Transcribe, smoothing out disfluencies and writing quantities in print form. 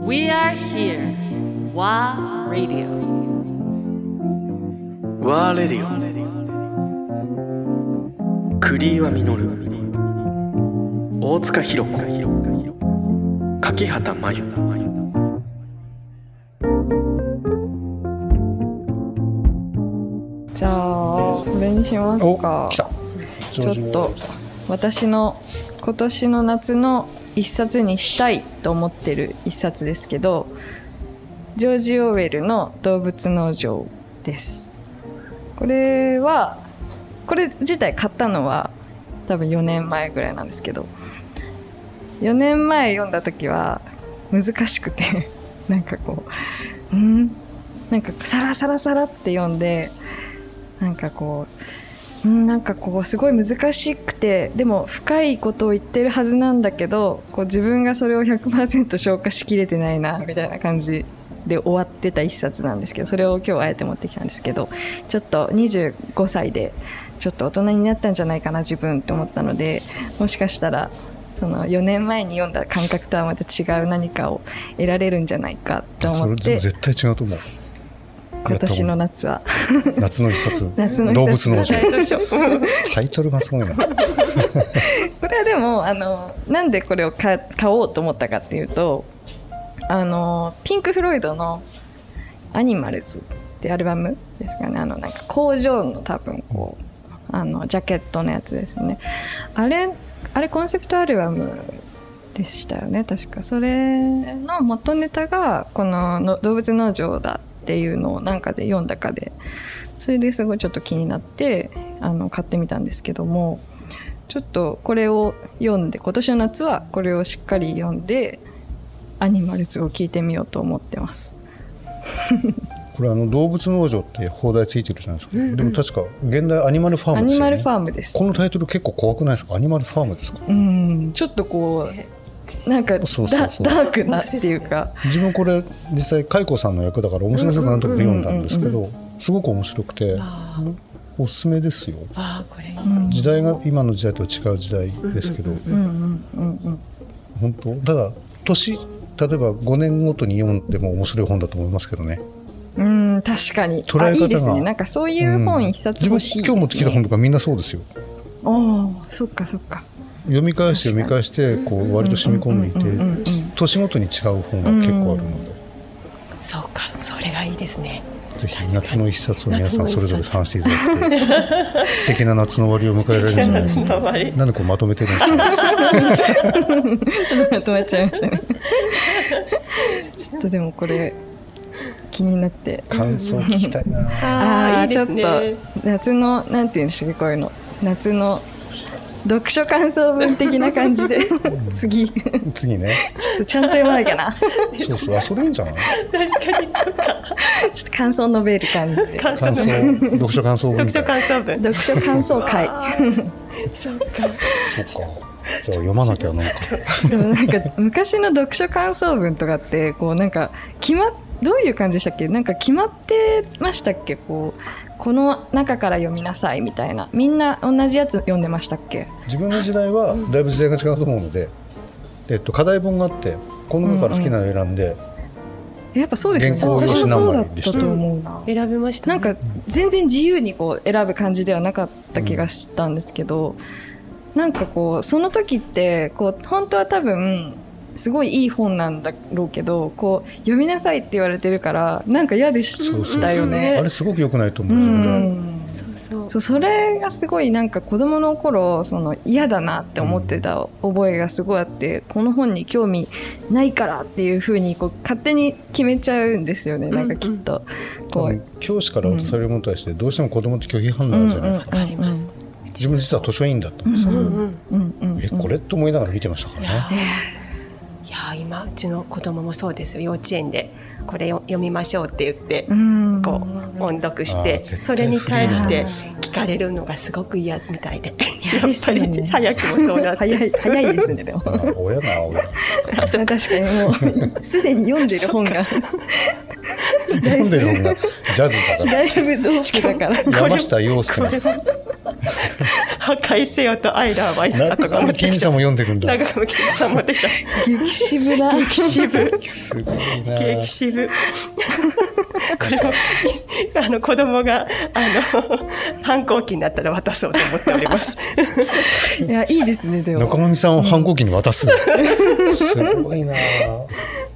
We are here. WA Radio. WA Radio。栗岩実、大塚弘子、柿畑真由。 じゃあこれにしますか。 来た。 ちょっと私の今年の夏の一冊にしたいと思ってる一冊ですけど、ジョージ・オーウェルの動物農場です。これ自体買ったのは多分4年前ぐらいなんですけど、4年前読んだ時は難しくてなんかこうなんかサラサラサラって読んで、なんかこうすごい難しくて、でも深いことを言ってるはずなんだけど、こう自分がそれを 100% 消化しきれてないなみたいな感じで終わってた一冊なんですけど、それを今日あえて持ってきたんですけど、ちょっと25歳でちょっと大人になったんじゃないかな自分って思ったので、もしかしたらその4年前に読んだ感覚とはまた違う何かを得られるんじゃないかと思って。 それ絶対違うと思う。 今年の夏は夏の一冊動物農場タイトルがすごいな。 これはでもなんでこれを買おうと思ったかっていうと、ピンク・フロイドのアニマルズってアルバムですかね。なんか工場の多分こうジャケットのやつですね。あれコンセプトアルバムでしたよね確か。それの元ネタがこの動物農場だっていうのをなんかで読んだかで、それですごいちょっと気になって買ってみたんですけども、ちょっとこれを読んで今年の夏はこれをしっかり読んでアニマルズを聞いてみようと思ってます。 これ動物農場って放題ついてるじゃないですか、でも確か現代アニマルファームですよね。アニマルファームです。このタイトル結構怖くないですか？アニマルファームですか？ちょっとこうなんかダークなっていうか、自分これ実際カイコさんの役だから面白そうかなと思って読んだんですけど、すごく面白くておすすめですよ。これ時代が今の時代とは違う時代ですけど、本当ただ例えば5年ごとに読んでも面白い本だと思いますけどね。確かに捉え方がいいですね。なんかそういう本一冊欲しいですね。自分今日持ってきた本とかみんなそうですよ。そっかそっか。読み返してこう割と染み込んでいて、年ごとに違う本が結構あるので、 そうか、それがいいですね。 ぜひ夏の一冊を皆さんそれぞれ探していただいて素敵な夏の終わりを迎えられるんじゃないかな。なんでこうまとめてるんですか？ちょっとまとまっちゃいましたね。 ちょっとでもこれ気になって感想聞きたいな。 いいですね。 ちょっと夏のなんていうんでしたっけ、こういうの夏の読書感想文的な感じで次ねちょっとちゃんと読まなきゃな。 そうそれいいんじゃない？ 確かにそうか。 ちょっと感想述べる感じで読書感想文読書感想文読書感想会そうかじゃあ読まなきゃなんかでもなんか昔の読書感想文とかってこうなんかどういう感じでしたっけ？なんか決まってましたっけ？この中から読みなさいみたいな、みんな同じやつ読んでましたっけ？ 自分の時代はだいぶ時代が違うと思うので、課題本があってこの中から好きなのを選んで、 やっぱそうですよね。私もそうだったと思うな。 選びました、ね。 なんか全然自由にこう選ぶ感じではなかった気がしたんですけど、なんかこうその時ってこう本当は多分すごいいい本なんだろうけど、こう読みなさいって言われてるからなんか嫌でしたよね。 あれすごく良くないと思うんですよね。それがすごいなんか子供の頃嫌だなって思ってた覚えがすごいあって、この本に興味ないからっていう風にこう勝手に決めちゃうんですよね。なんかきっとこう教師から渡されるものに対してどうしても子供って拒否反応あるじゃないですか。 わかります。 自分実は図書委員だったんですよ。これって思いながら見てましたからね。 いや今うちの子供もそうですよ。幼稚園でこれを読みましょうって言ってこう音読して、それに対して聞かれるのがすごく嫌みたいで、やっぱり早くもそうなって早いですね。でも親確かにもうすでに読んでる本が読んでる本がジャズだからだいぶ同期だから山下洋介破壊せよとアイラは言ったとか中上健二さんも読んでるんだ。 中上健二さんも出ちゃう。 激渋だ。 激渋。 すごいな。 激渋。これを子供が反抗期になったら渡そうと思っております。 いやいいですね。でも中上さんを反抗期に渡す。すごいな。